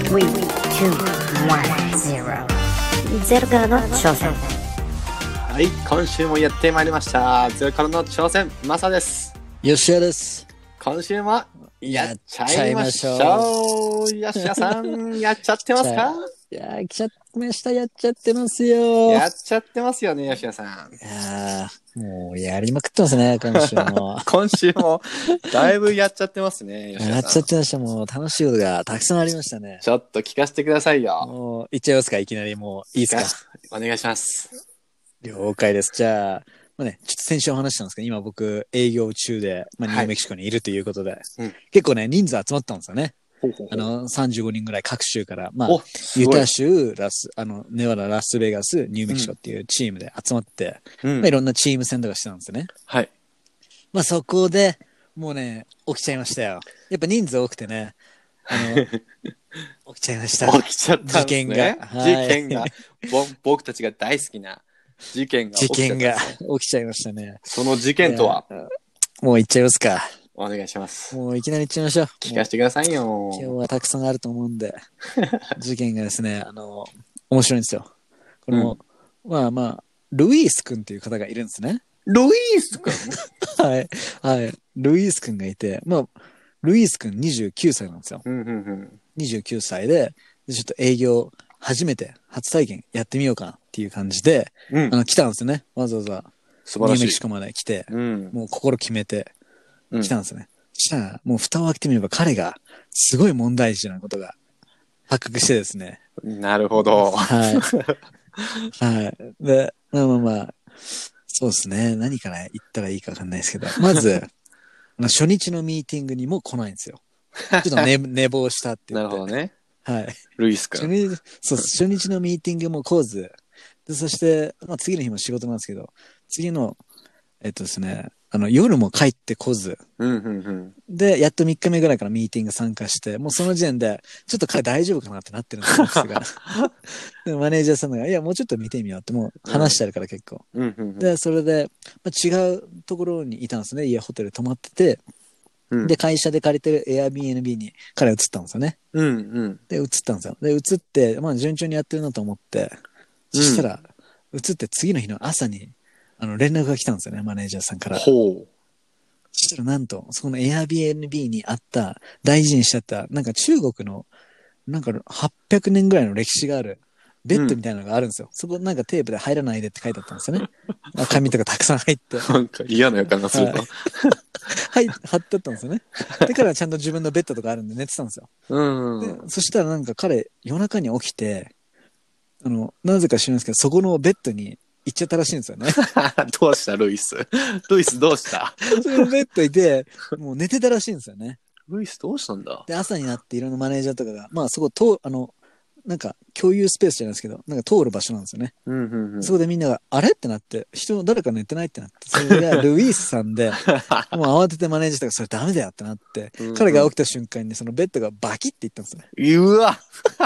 3、2、1、0。ゼロからの挑戦。 はい、今週もやってまいりました。ゼロからの挑戦、マサです。 吉谷です。 今週もやっちゃいましょう。吉谷さん、やっちゃってますか？ やっちゃってました。やっちゃってますよ。 やっちゃってますよね、吉谷さん。 いやもうやりまくってますね、今週も。 今週もだいぶやっちゃってますね、吉谷さん。 やっちゃってました。もう楽しいことがたくさんありましたね。 ちょっと聞かせてくださいよ。 もう、いっちゃいますか、いきなりもう、いいですか？ お願いします。 了解です。じゃあ、まあね、ちょっと先週お話したんですけど、今僕営業中で、ニューメキシコにいるということで、結構ね、人数集まったんですよね。35人ぐらい各州から、ユタ州、ネバダ、ラスベガス、ニューメキシコっていうチームで集まって、いろんなチーム戦とかしてたんですよね。 はい。 そこで、もうね、起きちゃいましたよ。やっぱ人数多くてね、起きちゃいました。 起きちゃったんですね。事件が、僕たちが大好きな事件が起きちゃいましたね。 その事件とは？ もう言っちゃいますか。 お願いします。 もういきなり言っちゃいましょう。 聞かせてくださいよ。 今日はたくさんあると思うんで。事件がですね、面白いんですよ。この、ルイース君っていう方がいるんですね。 ルイース君はい。はい。ルイース君がいて、ルイース君29歳なんですよ。29歳で、ちょっと営業初体験やってみようかなっていう感じで、来たんですよね。わざわざ。ニューメキシコまで来て、もう心決めて来たんですよね。そしたら、もう蓋を開けてみれば彼がすごい問題児なことが発覚してですね。 なるほど。 はい。はい。で、そうですね。何から言ったらいいかわかんないですけど、まず、初日のミーティングにも来ないんですよ。ちょっと寝坊したって言って。 なるほどね。 はい。 ルイス君。 初日のミーティングも来ず、で、そして、次の日も仕事なんですけど、次の、ですね、夜も帰ってこず、で、やっと3日目ぐらいからミーティング参加して、もうその時点で、ちょっと彼大丈夫かなってなってるんですよ、でマネージャーさんが、いや、もうちょっと見てみようって、もう話してあるから結構。で、それで、違うところにいたんですね。ホテル泊まってて、で、会社で借りてる Airbnb に彼移ったんですよね。で、移ったんですよ。で、移って、順調にやってるなと思って、そしたら、移って次の日の朝に、連絡が来たんですよね、マネージャーさんから。そしたらなんと、そこの Airbnb にあった、大事にしちゃった、なんか中国の、なんか800年ぐらいの歴史がある、ベッドみたいなのがあるんですよ。そこなんかテープで入らないでって書いてあったんですよね。紙とかたくさん入って。 なんか嫌な予感がすると。 はい、貼ってあったんですよね。だからちゃんと自分のベッドとかあるんで寝てたんですよ。で、そしたらなんか彼、夜中に起きて、なぜか知らないですけど、そこのベッドに行っちゃったらしいんですよね。 どうしたルイス。ルイスどうした？ そのベッドいて、もう寝てたらしいんですよね。 ルイスどうしたんだ？で、 朝になっていろんなマネージャーとかが、そこなんか共有スペースじゃないですけど、なんか通る場所なんですよね。そこでみんなが、あれってなって、誰か寝てないってなって、それがルイースさんで、もう慌ててマネージャーとか、それダメだよってなって、彼が起きた瞬間にそのベッドがバキっていったんですよね。 うわ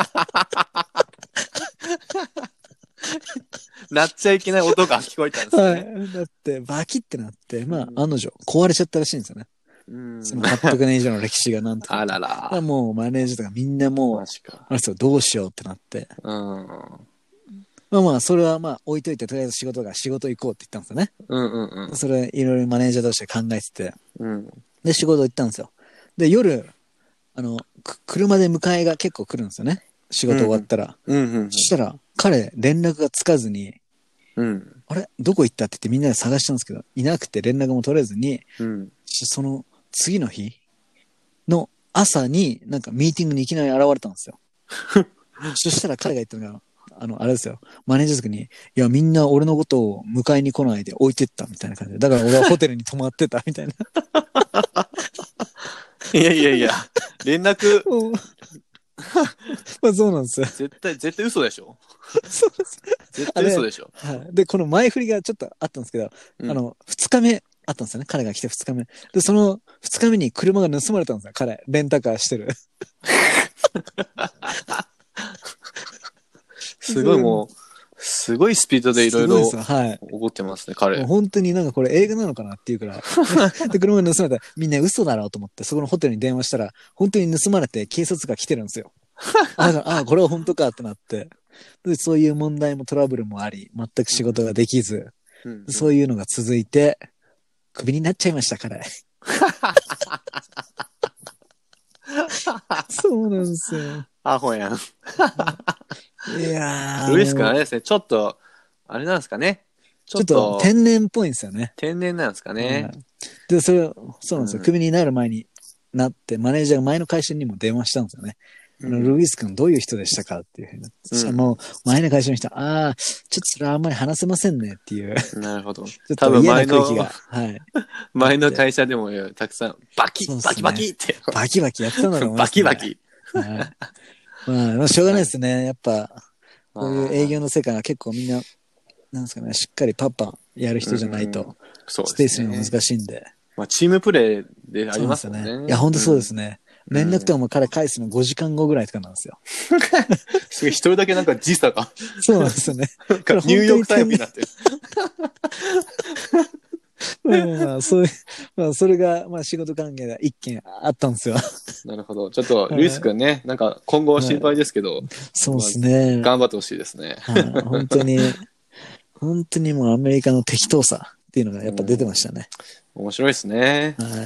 鳴っちゃいけない音が聞こえたんですね。はい。 だって、バキってなって、案の定、壊れちゃったらしいんですよね。その800年以上の歴史がなんとか。 あらら。 もうマネージャーとかみんなもう、あの人どうしようってなって。それは置いといて、とりあえず仕事行こうって言ったんですよね。それ、いろいろマネージャーとして考えてて。で、仕事行ったんですよ。で、夜、車で迎えが結構来るんですよね。仕事終わったら。そしたら、彼、連絡がつかずに、あれどこ行ったって言ってみんなで探したんですけど、いなくて連絡も取れずに、その次の日の朝になんかミーティングにいきなり現れたんですよ。そしたら彼が言ったのが、あれですよ、マネージャーに、いや、みんな俺のことを迎えに来ないで置いてったみたいな感じで、だから俺はホテルに泊まってたみたいな。 いや、連絡、 そうなんですよ。 絶対嘘でしょ。 そうです。 絶対嘘でしょ。 で、この前振りがちょっとあったんですけど、2日目あったんですよね。彼が来て2日目。で、その2日目に車が盗まれたんですよ。彼、レンタカーしてる。 すごいもう、すごいスピードでいろいろ起こってますね、彼。 本当になんかこれ映画なのかなっていうくらい。で、車が盗まれたらみんな嘘だろうと思って、そこのホテルに電話したら、本当に盗まれて警察が来てるんですよ。 これは本当かってなって、でそういう問題もトラブルもあり、全く仕事ができず、そういうのが続いて、クビになっちゃいました、彼。そうなんですよ。 アホやん。 いやルイス君あれですね、ちょっと、あれなんですかね。 ちょっと天然っぽいんですよね。 天然なんですかね。 で、そうなんですよ。クビになる前になって、マネージャーが前の会社にも電話したんですよね。ルイス君どういう人でしたかっていうふうに。そしたらもう、前の会社の人は、ちょっとそれはあんまり話せませんねっていう。 なるほど。 ちょっと嫌な空気が。はい。 前の会社でもたくさん、バキって。 バキバキやってたんだろうな。 バキバキ。 まあ、しょうがないですね。やっぱ、こういう営業の世界は結構みんな、なんですかね、しっかりパッパやる人じゃないと、スペースには難しいんで。 まあ、チームプレーでありますよね。 いや、本当そうですね。連絡とかも彼返すの5時間後ぐらいとかなんですよ。 すごい、一人だけなんか時差が。 そうなんですよね。 ニューヨークタイムになってる。 まあ、それが、まあ、仕事関係で一件あったんですよ。 なるほど。ちょっと、ルイス君ね、なんか今後は心配ですけど。 そうですね。 頑張ってほしいですね。 本当にもうアメリカの適当さっていうのがやっぱ出てましたね。 面白いですね。 はい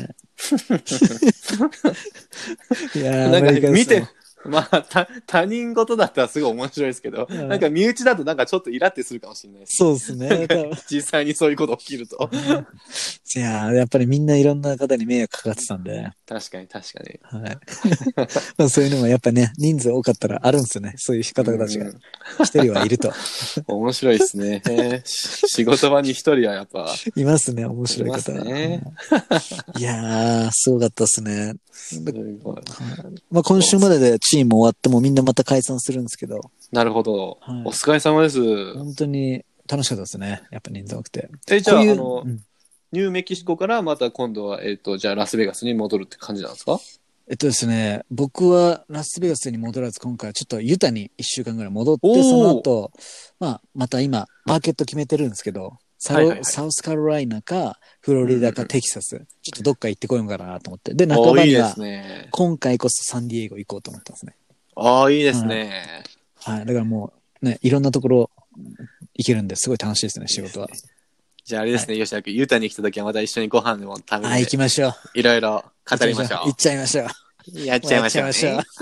。いやなんか見て、まあ、他人事だったらすごい面白いですけど、なんか身内だとなんかちょっとイラってするかもしれないです。 そうですね。 実際にそういうこと起きると。 いややっぱりみんないろんな方に迷惑かかってたんで。 確かに。 はい。まあそういうのもやっぱね、人数多かったらあるんですよね。そういう方たちが。一人はいると。 面白いですね。仕事場に一人はやっぱ。 いますね、面白い方。 ね、 いやすごかったですね。まあ今週まででチーム終わってもみんなまた解散するんですけど。 なるほど。はい、お疲れ様です。 本当に楽しかったですね。やっぱ人数多くて。 じゃあ、ニューメキシコからまた今度は、じゃあラスベガスに戻るって感じなんですか？ ですね、僕はラスベガスに戻らず今回はちょっとユタに1週間ぐらい戻って、その後、まあ、また今、マーケット決めてるんですけど、サウスカロライナか、フロリダかテキサス、ちょっとどっか行ってこようかなと思って。で、仲間には、今回こそサンディエゴ行こうと思ってますね。 ああ、いいですね。 はい。だからもう、ね、いろんなところ行けるんで、すごい楽しいですね、仕事は。 じゃああれですね、吉田君、ユタに来た時はまた一緒にご飯でも食べて。 行きましょう。 いろいろ語りましょう。 行っちゃいましょう。 やっちゃいましょう。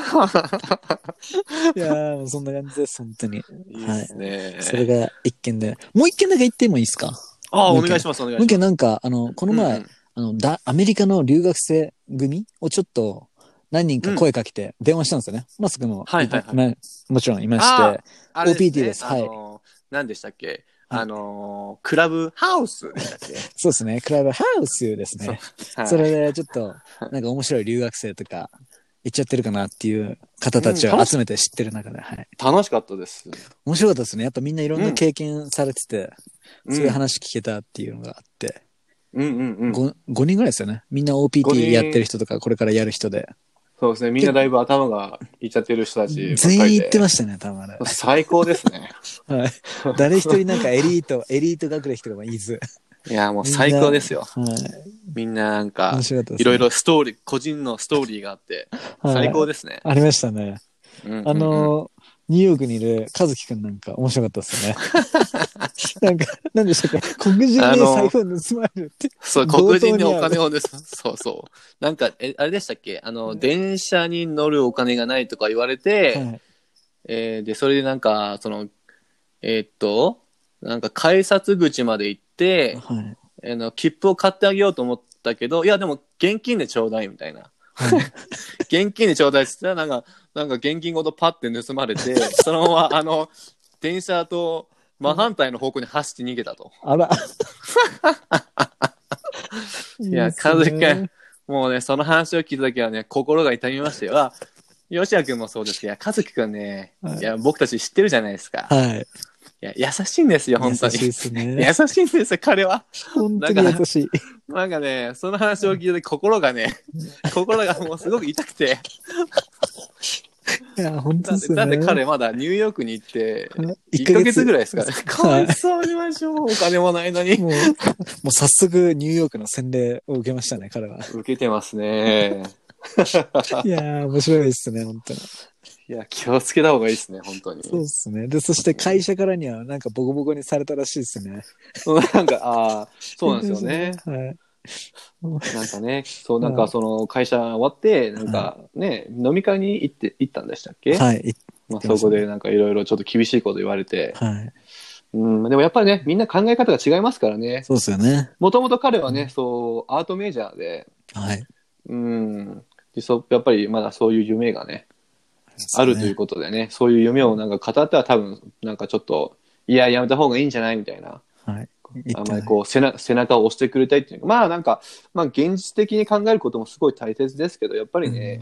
いやー、もうそんな感じです、本当に。 いいですね。 それが一件で。もう一件だけ行ってもいいですか？ お願いします、お願いします。 もう一件なんか、この前、アメリカの留学生組をちょっと何人か声かけて電話したんですよね。マスクも、もちろんいまして。OPT です。はい。 何でしたっけ？クラブハウスでしたっけ？ そうですね。クラブハウスですね。それでちょっと、なんか面白い留学生とか、行っちゃってるかなっていう方たちを集めて知ってる中で、はい。 楽しかったです。 面白かったですね。やっぱみんないろんな経験されてて、そういう話聞けたっていうのがあって。5人ぐらいですよね。みんな OPT やってる人とか、これからやる人で。 そうですね。みんなだいぶ頭がいっちゃってる人たち。 全員言ってましたね、多分あれ。 最高ですね。 はい。誰一人なんかエリート学歴とかもいず。 いや、もう最高ですよ。みんななんか、いろいろ個人のストーリーがあって、最高ですね。 ありましたね。ニューヨークにいる和樹くんなんか面白かったですよね。なんか、何でしたっけ？黒人に財布を盗まれるって。 そう、黒人にお金をそうそう。なんか、あれでしたっけ？電車に乗るお金がないとか言われて、で、それでなんか、なんか改札口まで行って、切符を買ってあげようと思ったけど、いや、でも現金でちょうだいみたいな。現金でちょうだいって言ったら、なんか現金ごとパッて盗まれて、そのまま、電車と真反対の方向に走って逃げたと。 あら。 いや、和樹くん、もうね、その話を聞いたときはね、心が痛みましたよ。吉谷くんもそうですけど、和樹くんね、いや、僕たち知ってるじゃないですか。 はい。 いや、優しいんですよ、本当に。 優しいですね。 優しいんですよ、彼は。 本当に優しい。 なんかね、その話を聞いて心がもうすごく痛くて。 いや、本当ですね。 だって彼まだニューヨークに行って、1ヶ月ぐらいですかね。かわいそうにましょう。お金もないのに。 もう早速ニューヨークの洗礼を受けましたね、彼は。 受けてますね。 いやー、面白いですね、本当に。 いや、気をつけた方がいいですね、本当に。 そうですね。で、そして会社からにはなんかボコボコにされたらしいですね。 なんか、ああ、そうなんですよね。 はい。 なんかね、そう、なんかその会社終わって、なんかね、飲み会に行ったんでしたっけ？ はい。 まあそこでなんかいろいろちょっと厳しいこと言われて、 はい。 うん、でもやっぱりね、みんな考え方が違いますからね。 そうですよね。 もともと彼はね、そう、アートメジャーで、 はい。 うん、やっぱりまだそういう夢がね、あるということでね、そういう夢をなんか語っては多分、なんかちょっと、いや、やめた方がいいんじゃないみたいな。 はい。 あんまりこう背中を押してくれたいっていうか、まあなんか、まあ現実的に考えることもすごい大切ですけど、やっぱりね、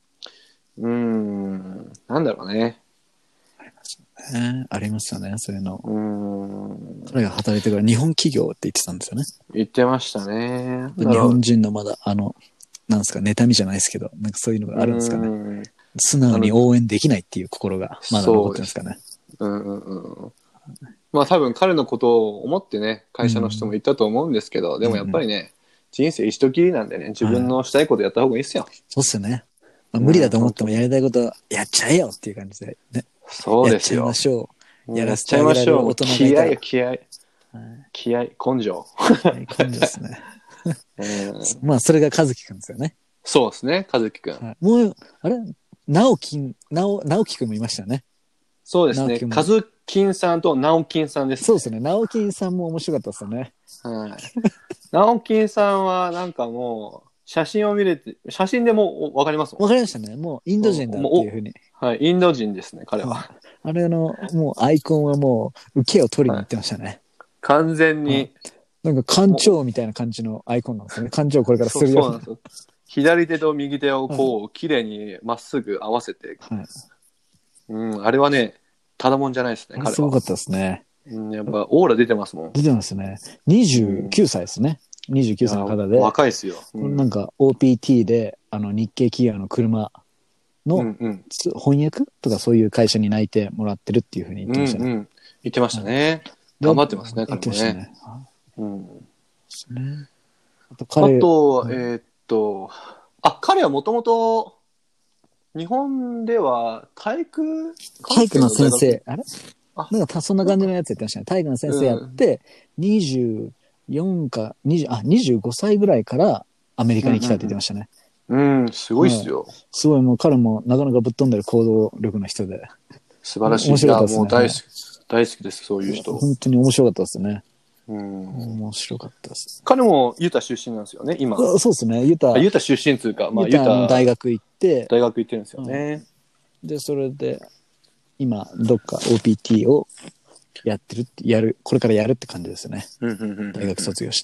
なんだろうね。 ありますよね、そういうの。 うーん。 彼が働いてから日本企業って言ってたんですよね。 言ってましたね。 日本人のまだ、なんですか、妬みじゃないですけど、なんかそういうのがあるんですかね。素直に応援できないっていう心がまだ残ってるんですかね。 まあ多分彼のことを思ってね、会社の人も言ったと思うんですけど、でもやっぱりね、人生一度きりなんでね、自分のしたいことやった方がいいですよ。 そうっすよね。まあ、無理だと思ってもやりたいことやっちゃえよっていう感じでね。 そうですよ。 やっちゃいましょう。やらせちゃいましょう。気合、根性。 根性ですね。まあ、それが和樹くんですよね。 そうですね、和樹くん。 もう、あれ直樹くんもいましたね。 そうですね。和樹さんと直樹さんです、ね。 そうですね。直樹さんも面白かったですよね。 はい。直樹さんはなんかもう、写真を見れて、写真でも分かりますもん。 分かりましたね。もうインド人だっていうふうに。 はい、インド人ですね、彼は。 あれもうアイコンはもう、受けを取りに行ってましたね。はい、 完全に。 なんか館長みたいな感じのアイコンなんですよね。館長これからするよ。 そうなんですよ。左手と右手をこう、綺麗にまっすぐ合わせて。はい、あれはね、ただもんじゃないですね、彼は。 すごかったですね。 やっぱオーラ出てますもん。 出てますね。29歳ですね。29歳の方で。 若いですよ。 なんか OPT で、日系企業の車の翻訳とかそういう会社に内定もらってるっていうふうに言ってましたね。 言ってましたね。頑張ってますね、彼もね。あと、彼はもともと、日本では体育の先生、あれなんかそんな感じのやつやってましたね。体育の先生やって、24か、25歳ぐらいからアメリカに来たって言ってましたね。 すごいっすよ。 すごい、もう彼もなかなかぶっ飛んでる行動力の人で。 素晴らしい。面白かったですね。もう大好きです、そういう人。 本当に面白かったですね。面白かったです。 彼もユタ出身なんですよね、今。 そうですね、ユタ出身というか、まあ、 ユタ大学行って、 大学行ってるんですよね。 で、それで、今、どっか OPT をこれからやるって感じですよね。大学卒業して。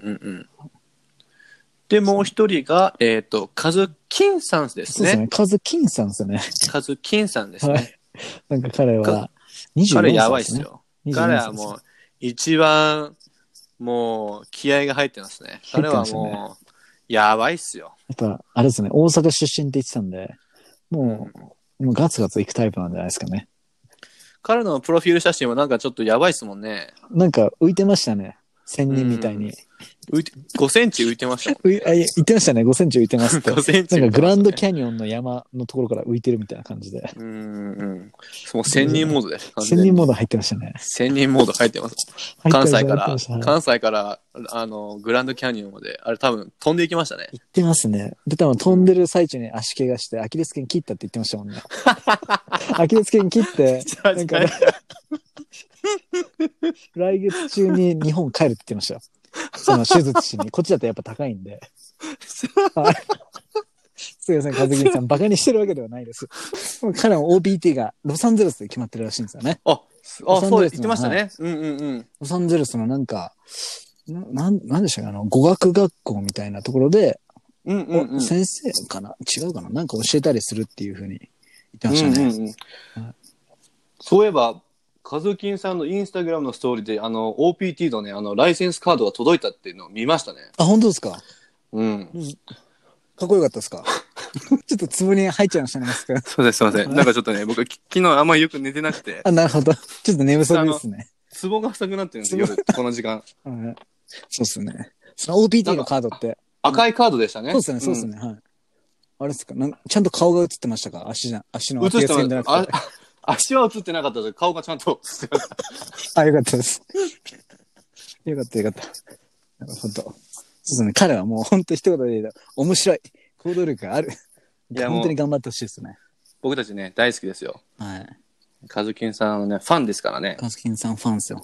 で、もう一人が、カズキンさんですね。 そうですね、カズキンさんですよね。 カズキンさんですね。 なんか彼は、24歳。 彼やばいっすよ。彼はもう、一番、もう、気合が入ってますね。彼はもう、やばいっすよ。 やっぱ、あれですね、大阪出身って言ってたんで、もうガツガツいくタイプなんじゃないですかね。 彼のプロフィール写真はなんかちょっとやばいっすもんね。 なんか浮いてましたね。仙人みたいに。 5センチ浮いてましたもん。 言ってましたね。5センチ浮いてますって。 5センチ、 なんかグランドキャニオンの山のところから浮いてるみたいな感じで。 もう仙人モードです。 仙人モード入ってましたね。 仙人モード入ってます。関西から、グランドキャニオンまで、あれ多分飛んでいきましたね。 行ってますね。で、多分飛んでる最中に足怪我して、アキレス腱切ったって言ってましたもんね。アキレス腱切って、なんか、来月中に日本帰るって言ってましたよ。その手術しに。こっちだとやっぱ高いんで。すいません、和樹さん。バカにしてるわけではないです。彼の OPT がロサンゼルスで決まってるらしいんですよね。 そう言ってましたね。 ロサンゼルスのなんか、なんでしたか、語学学校みたいなところで、先生かな違うかななんか教えたりするっていうふうに言ってましたね。 そういえば、カズキンさんのインスタグラムのストーリーで、OPT のね、ライセンスカードが届いたっていうのを見ましたね。 あ、本当ですか？ かっこよかったですか？ちょっとツボに入っちゃいましたね、すいません。なんかちょっとね、僕、昨日あんまりよく寝てなくて。 なるほど。ちょっと寝不足ですね。 ツボが浅くなってるんですよ、夜、この時間。 そうですね。その OPT のカードって。 赤いカードでしたね。 そうですね。はい。 あれですか、ちゃんと顔が映ってましたか？足の映って線じゃなくて。 足は映ってなかったです。顔がちゃんと映ってました。 あ、よかったです。よかった。なるほど。そうですね。彼はもう本当一言で言うと、面白い。行動力がある。いや、本当に頑張ってほしいですね。 僕たちね、大好きですよ。 はい。 カズキンさんのね、ファンですからね。 カズキンさんファンですよ。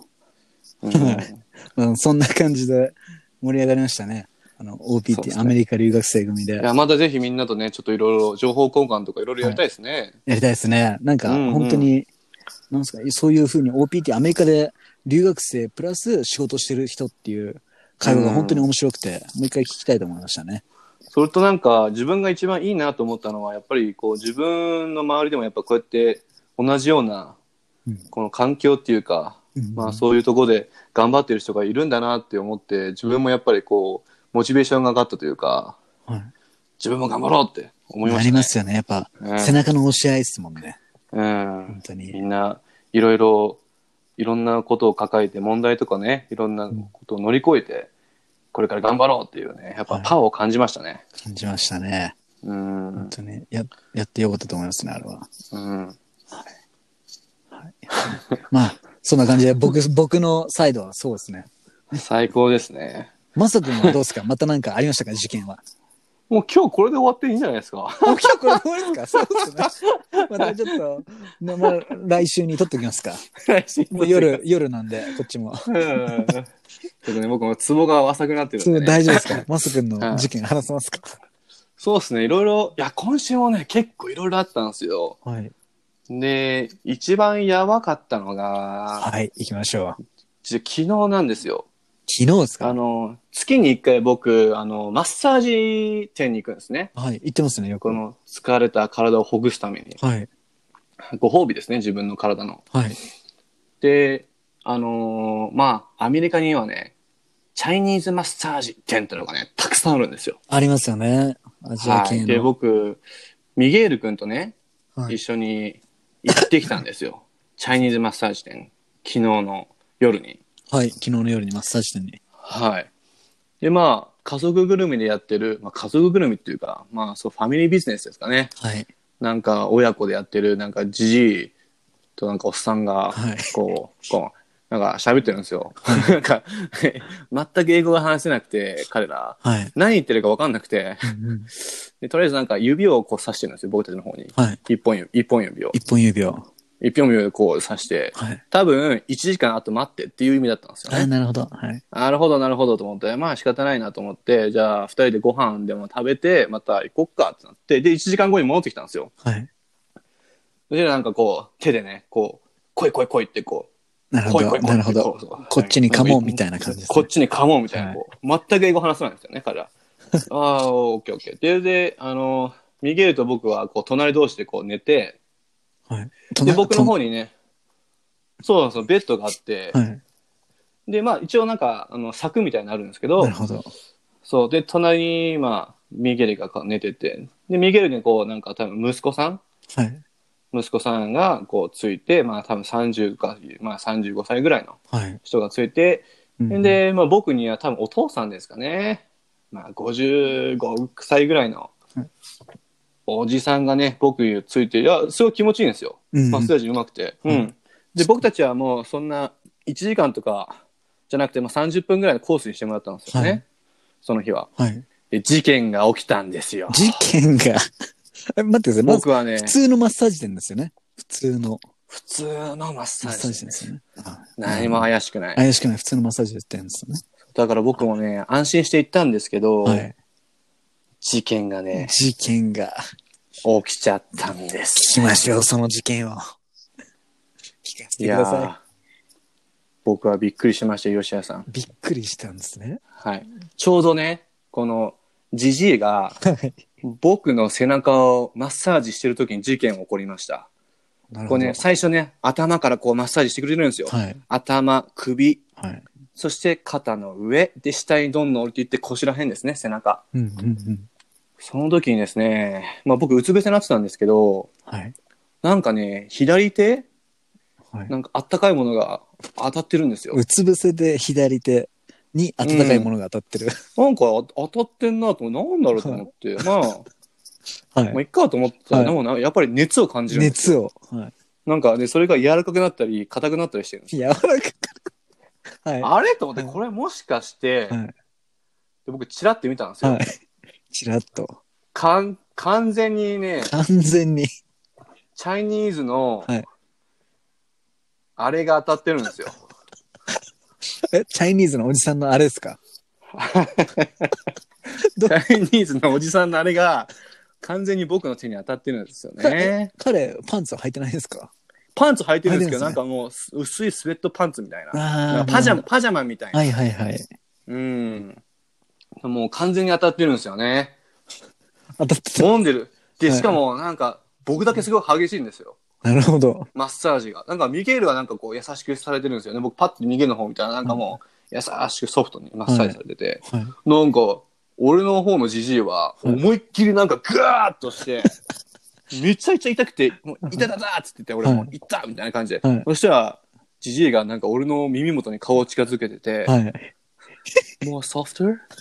そんな感じで盛り上がりましたね。OPT、ね、アメリカ留学生組で。いや、またぜひみんなとね、ちょっといろいろ情報交換とかいろいろやりたいですね。はい、 やりたいですね。なんか、本当に、なんですか、そういうふうに OPT、アメリカで留学生プラス仕事してる人っていう会話が本当に面白くて、もう一回聞きたいと思いましたね。 それとなんか、自分が一番いいなと思ったのは、やっぱりこう、自分の周りでもやっぱこうやって同じような、この環境っていうか、まあそういうところで頑張ってる人がいるんだなって思って、自分もやっぱりこう、モチベーションが上がったというか、自分も頑張ろうって思いましたね。 なりますよね。やっぱ、背中の押し合いですもんね。本当に。 みんないろんなことを抱えて、問題とかね、いろんなことを乗り越えて、これから頑張ろうっていうね、やっぱパワーを感じましたね。 感じましたね。本当にやってよかったと思いますね、あれは。まあ、そんな感じで、僕のサイドはそうですね。 最高ですね。 マサ君はどうですか？また何かありましたか？事件は。 もう今日これで終わっていいんじゃないですか。 今日これで終わりですか？そうですね。またちょっと、まあ、来週に撮っときますか。 来週もう夜なんで、こっちも。 ちょっとね、僕もツボが浅くなってるんで、ね。 大丈夫ですか？マサ君の事件話せますか？ そうですね。いろいろ、いや、今週もね、結構いろいろあったんですよ。 はい。 で、一番やばかったのが、 はい、行きましょう。 昨日なんですよ。 昨日ですか？ 月に一回僕、マッサージ店に行くんですね。 はい、行ってますね、よく。 この疲れた体をほぐすために。 はい。 ご褒美ですね、自分の体の。 はい。 で、まあ、アメリカにはね、チャイニーズマッサージ店ってのがね、たくさんあるんですよ。 ありますよね。アジア系の。 で、僕、ミゲール君とね、一緒に行ってきたんですよ。チャイニーズマッサージ店。昨日の夜に。 はい、昨日の夜にマッサージ店に。 はい。で、まあ、家族ぐるみでやってる、まあ、家族ぐるみっていうか、まあ、そう、ファミリービジネスですかね。 はい。 なんか、親子でやってる、なんか、じじいとなんかおっさんが、こう、なんか喋ってるんですよ。なんか、全く英語が話せなくて、彼ら。 はい。 何言ってるか分かんなくて。で、とりあえずなんか指をこう刺してるんですよ、僕たちの方に。 はい。 一本指を。 一本指をこう刺して、 はい、 多分1時間後待ってっていう意味だったんですよね。 なるほど。はい。 なるほどと思って、まあ仕方ないなと思って、じゃあ2人でご飯でも食べて、また行こっかってなって、で、1時間後に戻ってきたんですよ。 はい。 で、なんかこう、手でね、こう、来いってこう、 なるほど。なるほど。こっちにかもみたいな感じです、ね。 こっちにかもみたいな、こう、全く英語話せないんですよね、彼ら。ああ、オッケー。で、ミゲルと僕はこう、隣同士でこう寝て、 はい。 で、僕の方にね、そうなんですよ、ベッドがあって、 はい。 で、まあ一応なんか、柵みたいになるんですけど、 なるほど。 そう、で、隣に、まあ、ミゲルが寝てて、で、ミゲルにこう、なんか多分息子さん、 はい。 息子さんがこうついて、まあ多分30か、まあ35歳ぐらいの人がついて、はい、で、まあ僕には多分お父さんですかね。まあ55歳ぐらいのおじさんがね、僕について、いや、すごい気持ちいいんですよ。マッサージうまくて。で、僕たちはもうそんな1時間とかじゃなくて、まあ30分ぐらいのコースにしてもらったんですよね。はい、その日は。 はい。 で、事件が起きたんですよ。 事件が待ってください。 僕はね、 普通のマッサージ店ですよね。普通のマッサージ店ですね。 何も怪しくない。 怪しくない。普通のマッサージ店ですよね。 だから僕もね、安心して行ったんですけど、はい、事件が起きちゃったんです。 聞きましょう、その事件を。聞かせてください。 僕はびっくりしました、吉谷さん。 びっくりしたんですね。 はい。ちょうどね、このジジイが僕の背中をマッサージしてる時に事件起こりました。これね、最初ね、頭からこうマッサージしてくれるんですよ。はい、頭、首、はい、そして肩の上で下にどんどん降りていって腰ら辺ですね、背中。その時にですね、まあ僕うつ伏せになってたんですけど、はい、なんかね、左手、はい、なんかあったかいものが当たってるんですよ。 うつ伏せで左手に温かいものが当たってる。 なんか当たってんなと、なんだろうと思って、まあ、 はい。 もういっかと思ったら、 はいでもやっぱり熱を感じるんですよ。 熱を。はい。 なんかね、それが柔らかくなったり、硬くなったりしてるんですよ。 柔らかく。はい。 あれと思って、 はいこれもしかして、 はい。 で僕、チラって見たんですよ。 はい。ちらっと。 完全にね、 完全に。 チャイニーズのはい。 あれが当たってるんですよ。 チャイニーズのおじさんのあれですか？ チャイニーズのおじさんのあれが完全に僕の手に当たってるんですよね。 彼、パンツは履いてないですか？ パンツ履いてるんですけど、 履いてるんですねなんかもう薄いスウェットパンツみたいな。 ああ。 なんかパジャマみたいな。 はいはいはい。 もう完全に当たってるんですよね。 当たってた。 飲んでる。で、 はい、 しかもなんか僕だけすごい激しいんですよ。 なるほど。 マッサージが。なんかミゲールはなんかこう優しくされてるんですよね。僕パッとミゲールの方みたいな、なんかもう優しくソフトにマッサージされてて。 はいはい、 なんか、俺の方のジジイは思いっきりなんかグワーッとして、めちゃくちゃ痛くて、もう痛たたっつって言って、俺も痛みたいな感じで。 はい、 そしたら、ジジイがなんか俺の耳元に顔を近づけてて、 はい、 もうソフト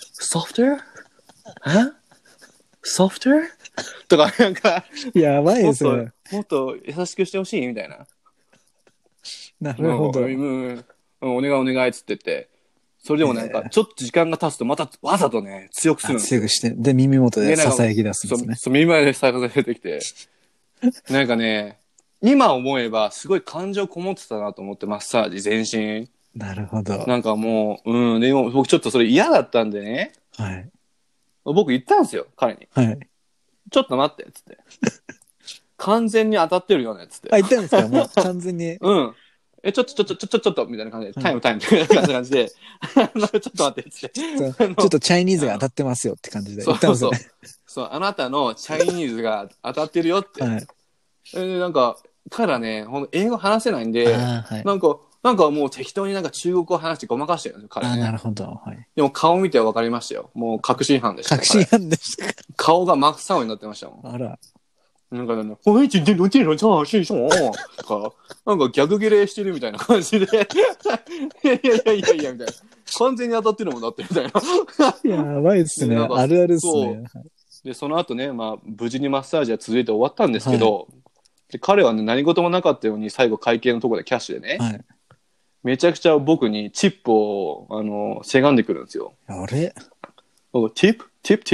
ソフトとかなんか、 やばいですね。 もっと優しくしてほしいみたいな。 なるほど。 お願いっつってって。それでもなんか、ちょっと時間が経つとまたわざとね、強くするんですよ。 強くして。で、耳元で囁き出すんですね。 そう、耳元で囁き出てきて。なんかね、今思えばすごい感情こもってたなと思って、マッサージ全身。 なるほど。 なんかもう、でも僕ちょっとそれ嫌だったんでね。 はい。 僕言ったんですよ、彼に。 はい。 ちょっと待って、つって。完全に当たってるよね、つって。 あ、言ったんですか？もう完全に。 うん。ちょっと、みたいな感じで、タイム、みたいな感じで、ちょっと待って、つって。 ちょっとチャイニーズが当たってますよって感じで言ったんですよね。 そう、あなたのチャイニーズが当たってるよって。はい。なんか、彼らね、ほんと英語話せないんで、はい、なんかもう適当になんか中国語話してごまかしてるんですよ、彼ね。 あ、なるほど。はい。 でも顔見て分かりましたよ。もう確信犯でした。 確信犯でした。 顔が真っ青になってましたもん。 あら。 なんかね、おいちんでのちのちゃししょとか、なんか逆ギレしてるみたいな感じで、いや、みたいな。完全に当たってるもんだって、みたいな。 やばいっすね。あるあるっすね。 で、その後ね、まあ、無事にマッサージは続いて終わったんですけど、はい、で彼はね、何事もなかったように最後会計のところでキャッシュでね、はい、めちゃくちゃ僕にチップを、せがんでくるんですよ。 あれティップ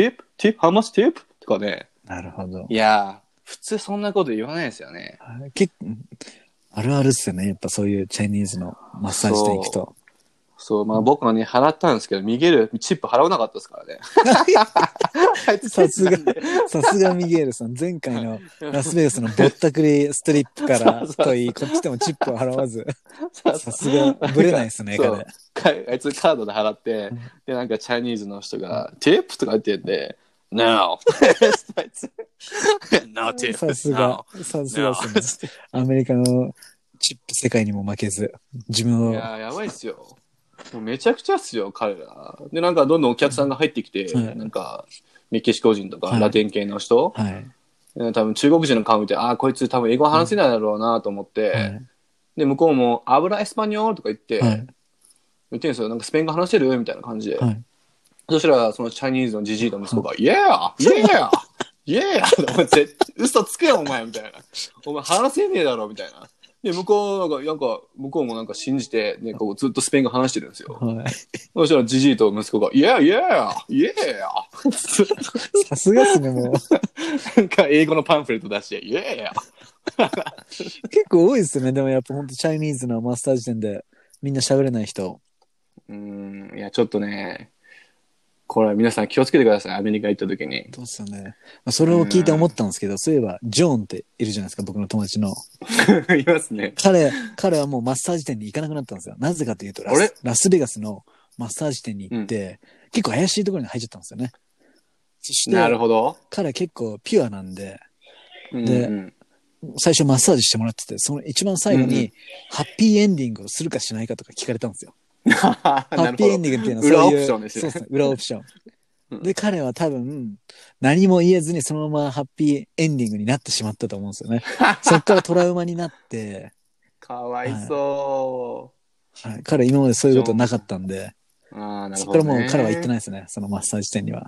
how much tip? とかね。 なるほど。 いやー、普通そんなこと言わないですよね。 結構、あるあるっすよね。やっぱそういうチャイニーズのマッサージ店行くと。 そう、まあ僕はね、払ったんですけど、ミゲル、チップ払わなかったですからね。 さすがミゲールさん。前回のラスベガスのぼったくりストリップからといい、こっちでもチップを払わず。さすが、ぶれないですね、彼。 あいつカードで払って、で、なんかチャイニーズの人が、ティップとか言ってんで、No! No tip! さすがですね。アメリカのチップ世界にも負けず、自分を。 いや、やばいっすよ。もうめちゃくちゃっすよ、彼ら。で、なんかどんどんお客さんが入ってきて、なんか、メキシコ人とか、ラテン系の人、多分中国人の顔見て、こいつ多分英語話せないだろうなと思って、で、向こうも、アブラエスパニョールとか言って、言ってんですよ。なんかスペイン語話せるみたいな感じで。そしたら、そのチャイニーズのジジイの息子が、Yeah! お前嘘つけよ、お前みたいな。お前話せねえだろみたいな。で、向こうもなんか信じて、ね、こうずっとスペイン語話してるんですよ。そしたらジジイと息子が、Yeah! さすがっすね、もう。 なんか英語のパンフレット出して、Yeah! 結構多いですね。でもやっぱほんとチャイニーズのマッサージ店でみんな喋れない人。 いや、ちょっとね、これは皆さん気をつけてください。アメリカ行った時に。 そうっすよね。それを聞いて思ったんですけど、そういえば、ジョーンっているじゃないですか、僕の友達の。 いますね。 彼はもうマッサージ店に行かなくなったんですよ。なぜかというと、ラスベガスのマッサージ店に行って、結構怪しいところに入っちゃったんですよね。そして、 なるほど。 彼は結構ピュアなんで、で、最初マッサージしてもらってて、その一番最後に、ハッピーエンディングをするかしないかとか聞かれたんですよ。ハッピーエンディングっていうのは裏オプションですね。そうですね、裏オプション。で、彼は多分、何も言えずにそのままハッピーエンディングになってしまったと思うんですよね。そっからトラウマになって。 かわいそう。 はい。彼今までそういうことなかったんで。 なるほどね、 そっからもう彼は行ってないですね。そのマッサージ店には。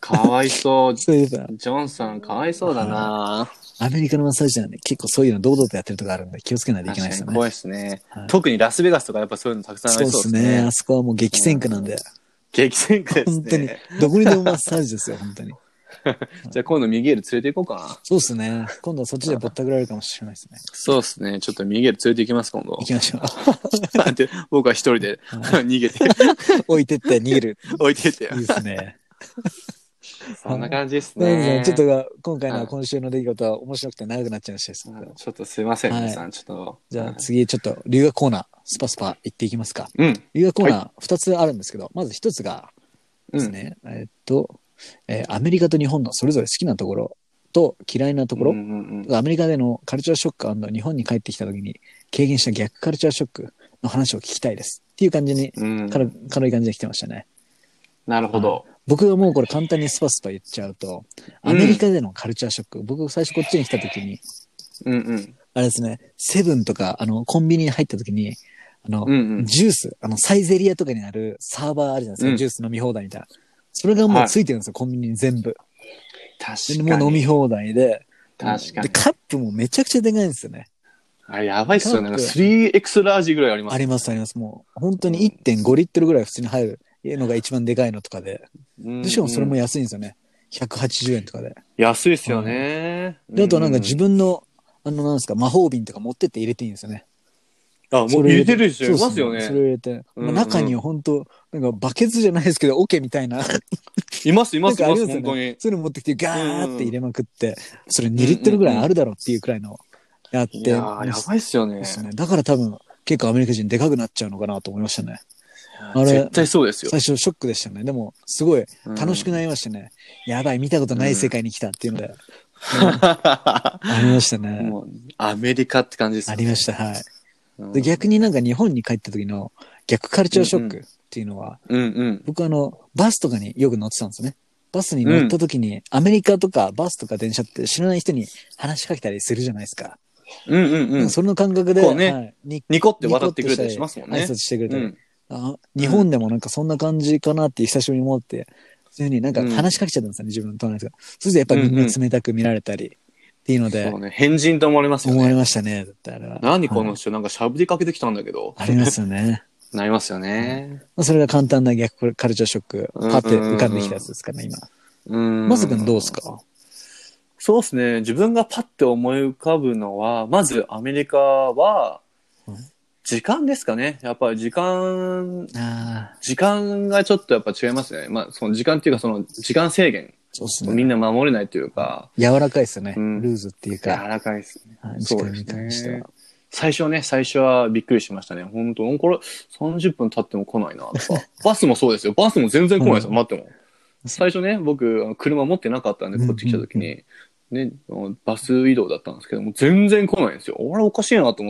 かわいそう。ジそういうさ、 ョンさん、かわいそうだな。 アメリカのマッサージはね、結構そういうの堂々とやってるとこあるんで気をつけないといけ確ないですよね。 かに怖いですね。 はい特にラスベガスとかやっぱそういうのたくさんあそうりそうですですね。 ね。 あそこはもう激戦区なんで、 激戦区です本当にね。、 どこにでもマッサージですよ、本当に。 じゃあ今度ミゲール連れて行こうかな。 そうですね。今度はそっちでぼったくられるかもしれないですね。 そうですね。ちょっとミゲール連れて行きます、今度行。きましょなんて、僕は一人で逃げて、 う。置いてって逃げる。 置いてって。 いいですね。 そんな感じですなのでね。 ちょっと今回はいの今週の出来事は面白くて長くなっちゃいましたです。 ちょっとすいません、 はい皆さん。ちょっと。 じゃあ次ちょっと留学コーナー、スパスパ行っていきますか。 うん。 留学コーナー2つあるんですけど、まず1つがうん。 ですね、アメリカと日本のそれぞれ好きなところと嫌いなところ、 うんうんうんアメリカでのカルチャーショック&日本に帰ってきた時に経験した逆カルチャーショックの話を聞きたいですっていう感じに、 うん軽い感じで来てましたね。 なるほど。 僕がもうこれ簡単にスパスパ言っちゃうと、アメリカでのカルチャーショック、僕最初こっちに来た時に、 うんうん。 あれですね、セブンとか、コンビニに入った時に、 うんうんジュース、サイゼリアとかにあるサーバーあるじゃないですか、 うんジュース飲み放題みたいな。それがもうついてるんですよ、コンビニに全部。 確でもう飲み放題で、で、 確かに。 カップもめちゃくちゃでかいんですよね。 あれ、やばいっすよね。 カップ 3X ラージぐらいあります。 ありますあります。もう、本当に1.5リットルぐらい普通に入るのが一番でかいのとかで。で、しかもそれも安いんですよね。180円とかで。 安いっすよね。 で、あとなんか自分の、なんですか、魔法瓶とか持ってって入れていいんですよね。 あ、もう入れてる人いますよね。 それ入れて。まあ、中には本当なんかバケツじゃないですけど、桶みたいな。 いますいますいます、 なんかありますよ本当に。 ね。そういうの持ってきてガーって入れまくって、それ2リットルぐらいあるだろうっていうくらいのやって。 いやー、やばいっすよね。 ですね。だから多分、結構アメリカ人でかくなっちゃうのかなと思いましたね。あれ絶対そうですよ。 最初ショックでしたね。でも、すごい楽しくなりましたね。やばい、見たことない世界に来たっていうので。ありましたね。 もうアメリカって感じですあよね。 りました、はい。で逆になんか日本に帰った時の逆カルチャーショックっていうのは、 うんうん。 僕バスとかによく乗ってたんですよね。バスに乗った時に、アメリカとかバスとか電車って知らない人に話しかけたりするじゃないですか。 うんうんうん。 その感覚で、 こうねはい、 ニコって渡ってくれたりしますもんね。 挨拶してくれたり、 うん日本でもなんかそんな感じかなって久しぶりに思って、そういうふうになんか話しかけちゃったんですよね、自分の友達が。そしてやっぱりみんな冷たく見られたりっていうので、 そうね、変人と思われますよね。 思いましたね、だってあれは。 何この人、なんかしゃぶりかけてきたんだけど。 ありますよね。 なりますよね。 まあそれが簡単な逆カルチャーショック、パって浮かんできたやつですかね、今。まずくんどうですか？ そうですね。自分がパッて思い浮かぶのは、まずアメリカは、時間ですかね。やっぱり時間がちょっとやっぱ違いますね。まあ、その時間っていうか、その時間制限。 そうですね。 みんな守れないというか。 柔らかいですよね。ルーズっていうか。 柔らかいですね。 そうですね。 最初はびっくりしましたね。本当これ30分経っても来ないなとか。バスもそうですよ。バスも全然来ないですよ。待っても。最初ね、僕、車持ってなかったんで、こっち来た時に、ね、バス移動だったんですけども、全然来ないんですよ。あれおかしいなと思って、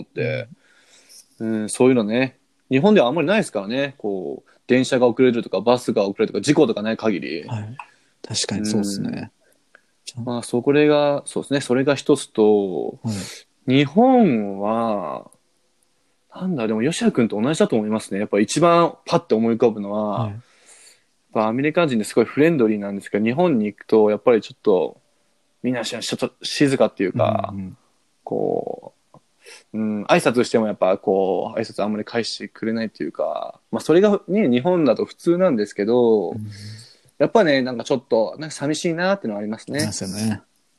そういうのね、日本ではあんまりないですからね、こう、電車が遅れるとか、バスが遅れるとか、事故とかない限り。 はい。確かにそうですね。 まあ、そうですね、それが一つと、日本は、なんだ、でも、吉谷君と同じだと思いますね。やっぱ一番パッて思い浮かぶのは、アメリカ人ですごいフレンドリーなんですけど、日本に行くと、やっぱりちょっと、みんなちょっと静かっていうか、こう、挨拶してもやっぱこう、挨拶あんまり返してくれないっていうか、まあそれがね、日本だと普通なんですけど、やっぱね、なんかちょっと、なんか寂しいなっていうのはありますね。 そうですよね。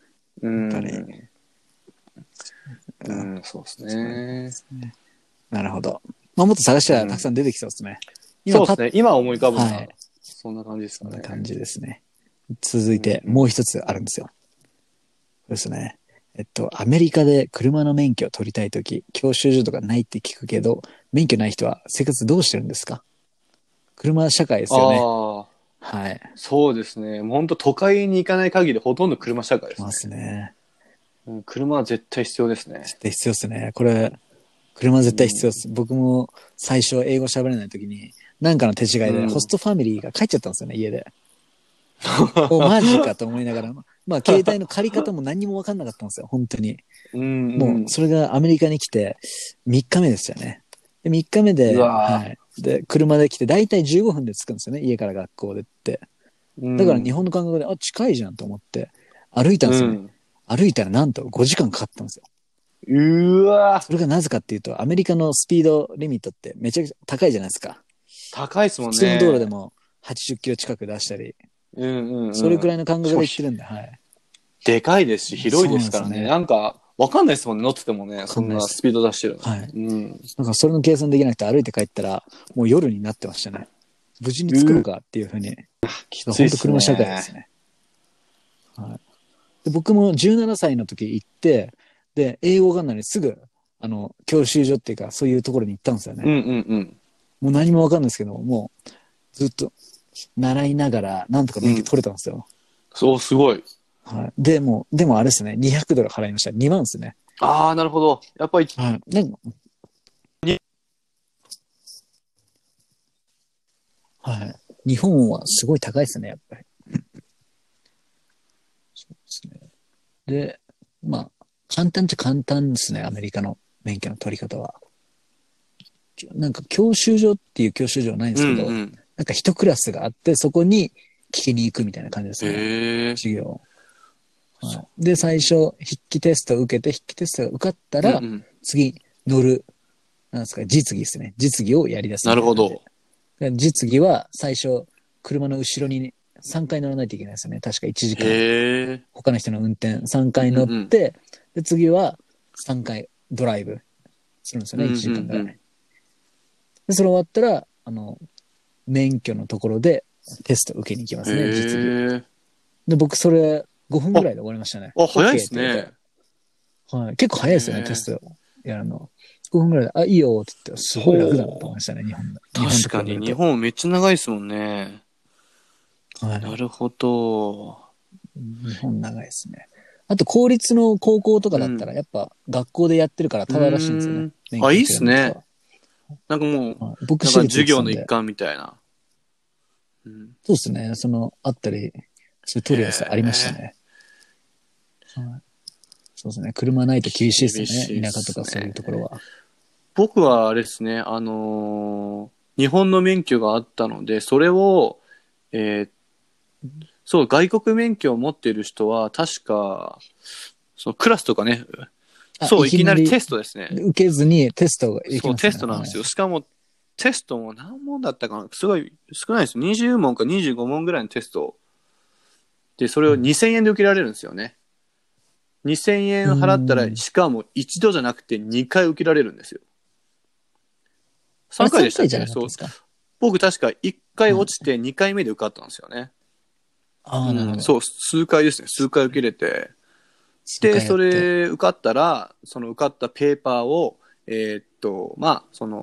そうですね。 なるほど。まあもっと探したらたくさん出てきそうですね。 そうですね。今思い浮かぶのは、そんな感じですかね。 そんな感じですね。続いて、もう一つあるんですよ。そうですね。アメリカで車の免許を取りたいとき、教習所とかないって聞くけど、免許ない人は生活どうしてるんですか？車社会ですよね。はい。 そうですね。本当都会に行かない限りほとんど車社会ですね。 ますね。 車は絶対必要ですね。 絶対必要ですね。これ、車絶対必要です。僕も最初英語喋れないときに、なんかの手違いでホストファミリーが帰っちゃったんですよね、家で。マジかと思いながら、まあ携帯の借り方も何にも分かんなかったんですよ、本当に。もうそれがアメリカに来て3日目ですよね。で3日目で、はい、で車で来て大体15分で着くんですよね、家から学校でって。 だから日本の感覚で、あ、近いじゃんと思って、歩いたんですよね。歩いたらなんと5時間かかったんですよ。 うわそれがなぜかっていうと、アメリカのスピードリミットってめちゃくちゃ高いじゃないですか。 高いですもんね。 普通の道路でも80キロ近く出したり、それくらいの感覚で行ってるんで、はい。 でかいですし、広いですからね。なんか、わかんないですもんね、乗っててもね、そんなスピード出してるの。 はい。なんかそれの計算できなくて歩いて帰ったら、もう夜になってましたね。無事に着くのかっていうふうに。 きついっすね。 本当車社会ですね。はい。で僕も17歳の時行って、で、英語がなのにすぐ、教習所っていうか、そういうところに行ったんですよね。もう何もわかんないですけど、もう、ずっと、習いながら、なんとか免許取れたんですよ。 そう、すごい。 はい。でもあれですね、200ドル払いました。2万ですね。 ああ、なるほど。やっぱり、 はい。なんか、はい。日本はすごい高いですね、やっぱり。そうですね。で、まあ、簡単っちゃ簡単ですね、アメリカの免許の取り方は。なんか教習所っていう教習所はないんですけど、なんか一クラスがあって、そこに聞きに行くみたいな感じですね。授業。はい、で、最初、筆記テストを受けて、筆記テストが受かったら、次、乗る、なんですか、実技ですね。実技をやり出す。 なるほど。 実技は最初、車の後ろに3回乗らないといけないですよね。確か1時間。他の人の運転3回乗って、で、次は3回ドライブするんですよね。1時間ぐらい。で、それ終わったら、免許のところでテスト受けに行きますね、実技。で、僕それ5分ぐらいで終わりましたね。 早いですね。 はい。結構早いですよね、テストやるの。5分ぐらいで、あ、いいよって言って、すごい楽だなと思いましたね、日本。 確かに、日本めっちゃ長いですもんね。 はい。 なるほど。 日本長いですね。あと、公立の高校とかだったら、やっぱ学校でやってるからただらしいんですよね。 あ、いいっすね。なんかもう、僕なんか授業の一環みたいな。 そうですね。あったり、そういう取るやつありましたね。そうですね。車ないと厳しいですよね。田舎とかそういうところは。 僕はあれですね、日本の免許があったので、それを、そう、外国免許を持っている人は、確か、そのクラスとかね、そう、いきなりテストですね。 受けずにテストがそう、テストなんですよ。しかも、テストも何問だったかな、すごい少ないですよ。20問か25問ぐらいのテスト。で、それを2000円で受けられるんですよね。2000円払ったら、しかも一度じゃなくて2回受けられるんですよ。3回でしたっけ？そう。僕確か1回落ちて2回目で受かったんですよね。そう、数回ですね。数回受けれて。で、それ受かったら、その受かったペーパーを、まあ、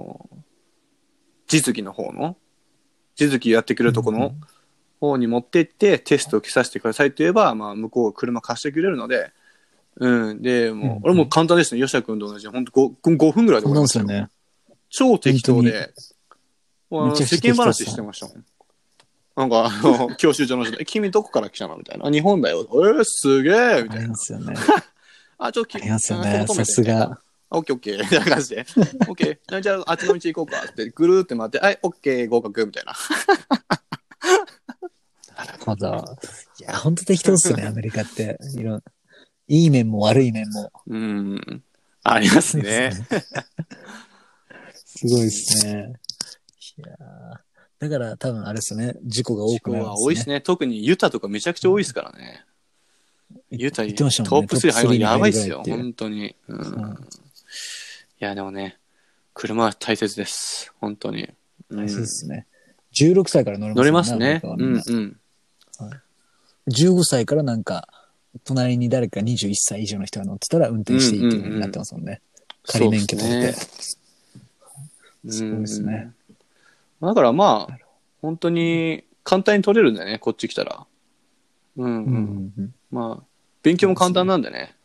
実技の方の、実技やってくれるとこの方に持ってって、テストを受けさせてくださいって言えば、まあ、向こうが車貸してくれるので、で、もう、俺も簡単ですね。吉田君と同じ。ほんと 5分ぐらいで終わりましたよ。ね、超適当で、世間話してましたもん。なんか、教習所の人で、君どこから来たのみたいな。日本だよ。すげえみたいな。ありますよね。あ、ちょっと、ありますよね。さすが。オッケーオッケー。みたいな感じで。オッケー。じゃあ、あっちの道行こうか。って、ぐるーって回って、はい、オッケー、合格。みたいな。 なるほど。いや、ほんと適当っすね、アメリカって。いい面も悪い面も。 ありますね。 すごいですね。いやだから多分あれですね、事故が多くなるんですね。事故は多いですね。特にユタとかめちゃくちゃ多いですからね。ユタ、トップ3入るのやばいっすよ、本当に。いや、でもね、車は大切です。本当に。 大切ですね。16歳から乗れますね。乗れますね。15歳からなんか、隣に誰か21歳以上の人が乗ってたら運転していいっていう風になってますもんね。仮免許取って。すごいですね。 だからまあ、本当に簡単に取れるんだよね、こっち来たら。まあ、勉強も簡単なんでね。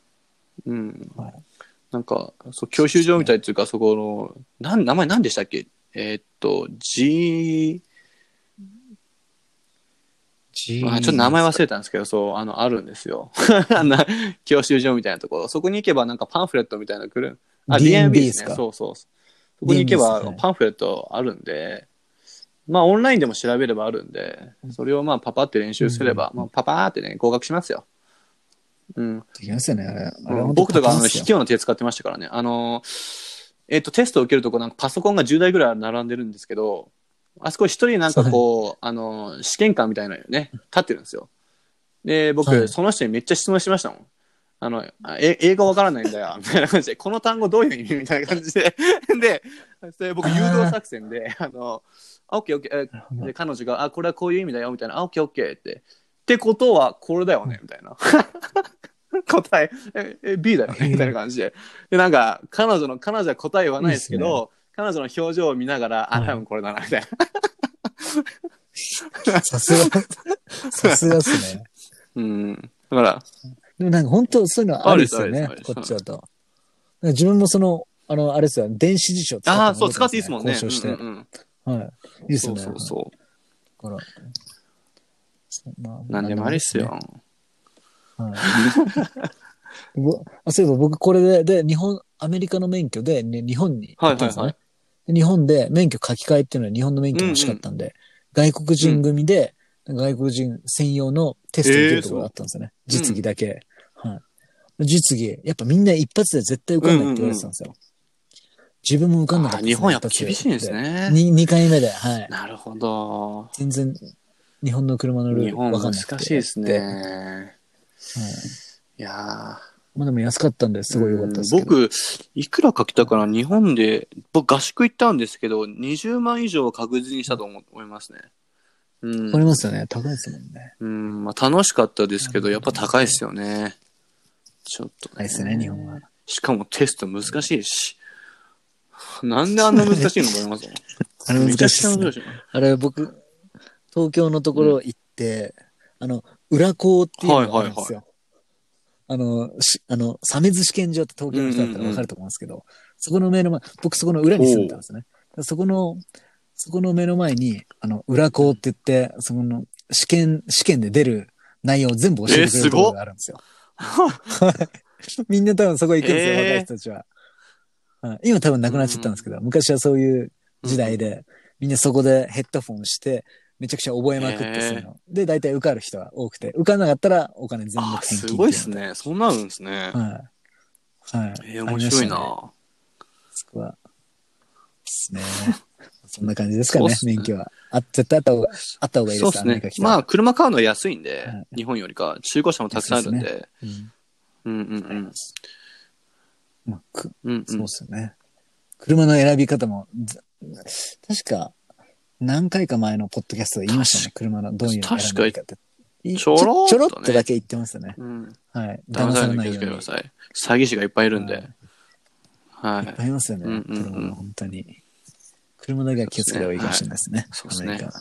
なんか、教習所みたいっていうか、そこの、名前何でしたっけちょっと名前忘れたんですけど、そう、あるんですよ。教習所みたいなところ。そこに行けばなんかパンフレットみたいなの来る。DMB ですね。そう。そこに行けばパンフレットあるんで、 まあオンラインでも調べればあるんで、それをまあパパって練習すれば、まあパパーってね、合格しますよ。うん。 できますよね、あれ。 僕とか卑怯な手使ってましたからね。テストを受けるとこなんかパソコンが10台ぐらい並んでるんですけど、あそこ一人なんかこう、試験官みたいなのね、立ってるんですよ。で、僕、その人にめっちゃ質問しましたもん。英語わからないんだよ、みたいな感じで、この単語どういう意味みたいな感じで。で、僕、誘導作戦で、オッケーオッケー。で、彼女が、これはこういう意味だよ、みたいな、オッケーオッケーって。ってことは、これだよね、みたいな。答え、B だよね、みたいな感じで。で、なんか、彼女は答え言わないですけど、彼女の表情を見ながら、多分これだな、みたいな。さすがっすね。 うん。だから、 でもなんか本当そういうのあるですよね、こっちだと。自分もあれですよ、電子辞書使って、そう、使っていいですもんね。 交渉して。はい。いいですね。 そう。 だから、 なんでもありっすよ。 はい。そういえば僕これで、アメリカの免許で、ね、日本に行ったんですよね。日本で免許書き換えっていうのは日本の免許が欲しかったんで、外国人組で、外国人専用のテストを受けるところがあったんですよね。実技だけ。はい。実技、やっぱみんな一発で絶対受かんないって言われてたんですよ。自分も受かんなかったですね。 日本やっぱ厳しいんですね。 2回目で、はい。 なるほど。 全然、日本の車のルール分かんなくて。 日本難しいですね。はい。いやー。 まあでも安かったんですごい良かったですけど。 僕、いくら書きたかな日本で、僕合宿行ったんですけど、20万以上は確実にしたと思いますね。 わかりますよね。高いですもんね。 まあ楽しかったですけど、やっぱ高いですよね。ちょっと、 高いですね、日本は。 しかもテスト難しいし。なんであんな難しいの思いますあれ難しいですね。あれ僕、東京のところ行って、裏港っていうのがあるんですよ。鮫洲試験場って東京の人だったらわかると思うんですけど、そこの目の前、僕そこの裏に住んでたんですね。そこの目の前に、裏港って言って、そこの試験で出る内容を全部教えてくれるところがあるんですよ。みんな多分そこ行くんですよ、若い人たちは。今多分なくなっちゃったんですけど、昔はそういう時代で、みんなそこでヘッドフォンして、めちゃくちゃ覚えまくってするの。で、大体受かる人は多くて、受かんなかったらお金全部返金。 すごいですね。そんなあるんですね。 はい。 面白いな。 そこは。ですね。そんな感じですかね、免許は。絶対あった方がいいです。そうですね。まあ、車買うのは安いんで、日本よりか、中古車もたくさんあるんで。 そうですよね。車の選び方も、確か、何回か前のポッドキャストで言いましたね。車のどういうの選びかって。ちょろっとだけ言ってましたね。はい。 騙されないように。詐欺師がいっぱいいるんで。 はい。いっぱいいますよね。車本当に。車だけは気をつけた方がいいかもしれないですね。 そうですね。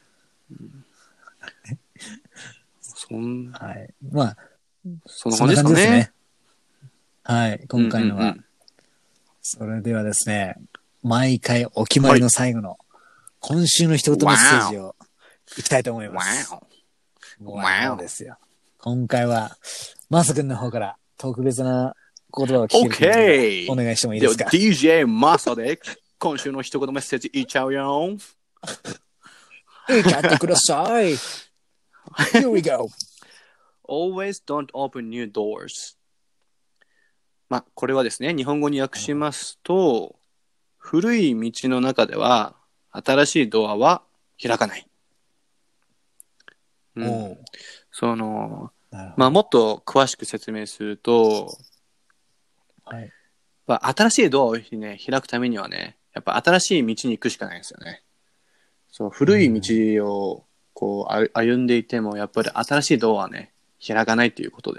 はい。まあ、 そんな感じですね。 はい。今回のは。それではですね、毎回お決まりの最後の、今週の一言メッセージをいきたいと思います。わおですよ。今回は、マサ君の方から特別な言葉を聞けるので、お願いしてもいいですか。 DJ マサで今週の一言メッセージ言っちゃうよ。 言っちゃってください。Here we go. Always don't open new doors. まあ、これはですね、日本語に訳しますと、古い道の中では、新しいドアは開かない。まあ、もっと詳しく説明すると、新しいドアをね、開くためにはね、やっぱ新しい道に行くしかないんですよね。そう、古い道をこう歩んでいても、やっぱり新しいドアはね、開かないということです。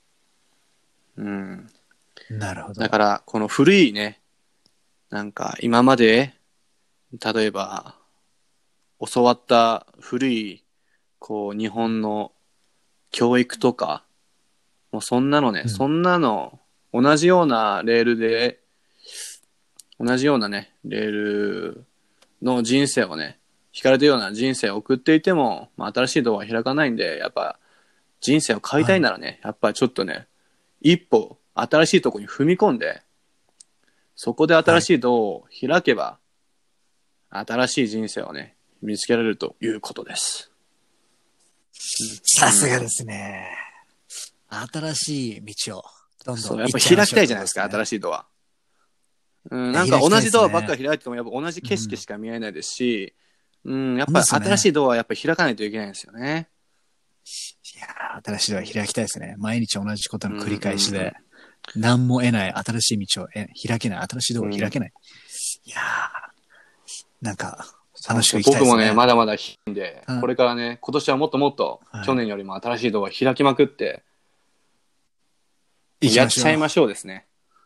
なるほど。 だから、この古いね、なんか今まで、例えば、教わった古い、こう、日本の教育とか、もうそんなのね、そんなの、同じようなレールで、同じようなね、レールの人生をね、惹かれたような人生を送っていても、まあ、新しいドアは開かないんで、やっぱ、人生を変えたいならね、やっぱちょっとね、一歩、新しいところに踏み込んで、そこで新しいドアを開けば、新しい人生をね、 見つけられるということです。 さすがですね。新しい道をどんどんそう、やっぱ開きたいじゃないですか、新しいドア。なんか同じドアばっかり開いてもやっぱ同じ景色しか見えないですし、やっぱり新しいドアはやっぱり開かないといけないんですよね。 いやー、新しいドア開きたいですね。毎日同じことの繰り返しで、何も得ない新しい道を開けない、新しいドアを開けない。いやー、なんか楽しくいきたいですね。 僕もね、まだまだ低いんで、これからね、今年はもっともっと去年よりも新しいドア開きまくって、やっちゃいましょうですね。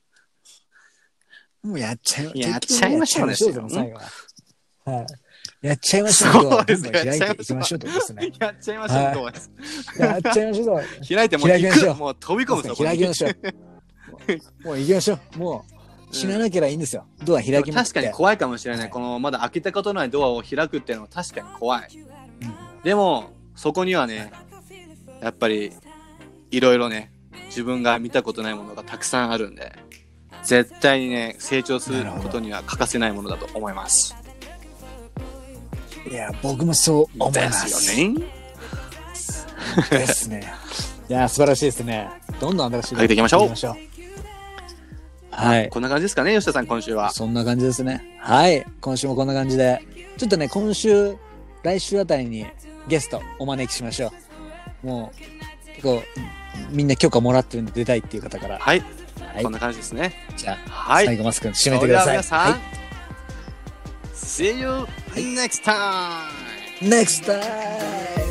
もうやっちゃいましょうですよ。 はい。やっちゃいましょう。 そうです。 開いていきましょうってことですね。 やっちゃいましょう。どうです。 やっちゃいましょう。 開いても開きましょう。 もう飛び込むぞ。 開きましょう。もう行きましょう。もう死ななければいいんですよ。ドア開きましょう。 確かに怖いかもしれない。このまだ開けたことないドアを開くっていうのは確かに怖い。でもそこにはね、やっぱりいろいろね、自分が見たことないものがたくさんあるんで、絶対にね、成長することには欠かせないものだと思います。 いや、僕もそう思います。 ですよね。 ですね。いや、素晴らしいですね。どんどん新しいの上げていきましょう。 はい。 こんな感じですかね、吉田さん、今週は。 そんな感じですね。はい。今週もこんな感じで。ちょっとね、来週あたりにゲストお招きしましょう。もう、結構、みんな許可もらってるんで出たいっていう方から。 はい。こんな感じですね。 じゃあ、最後マスク締めてください。 皆さん、See you next time! Next time!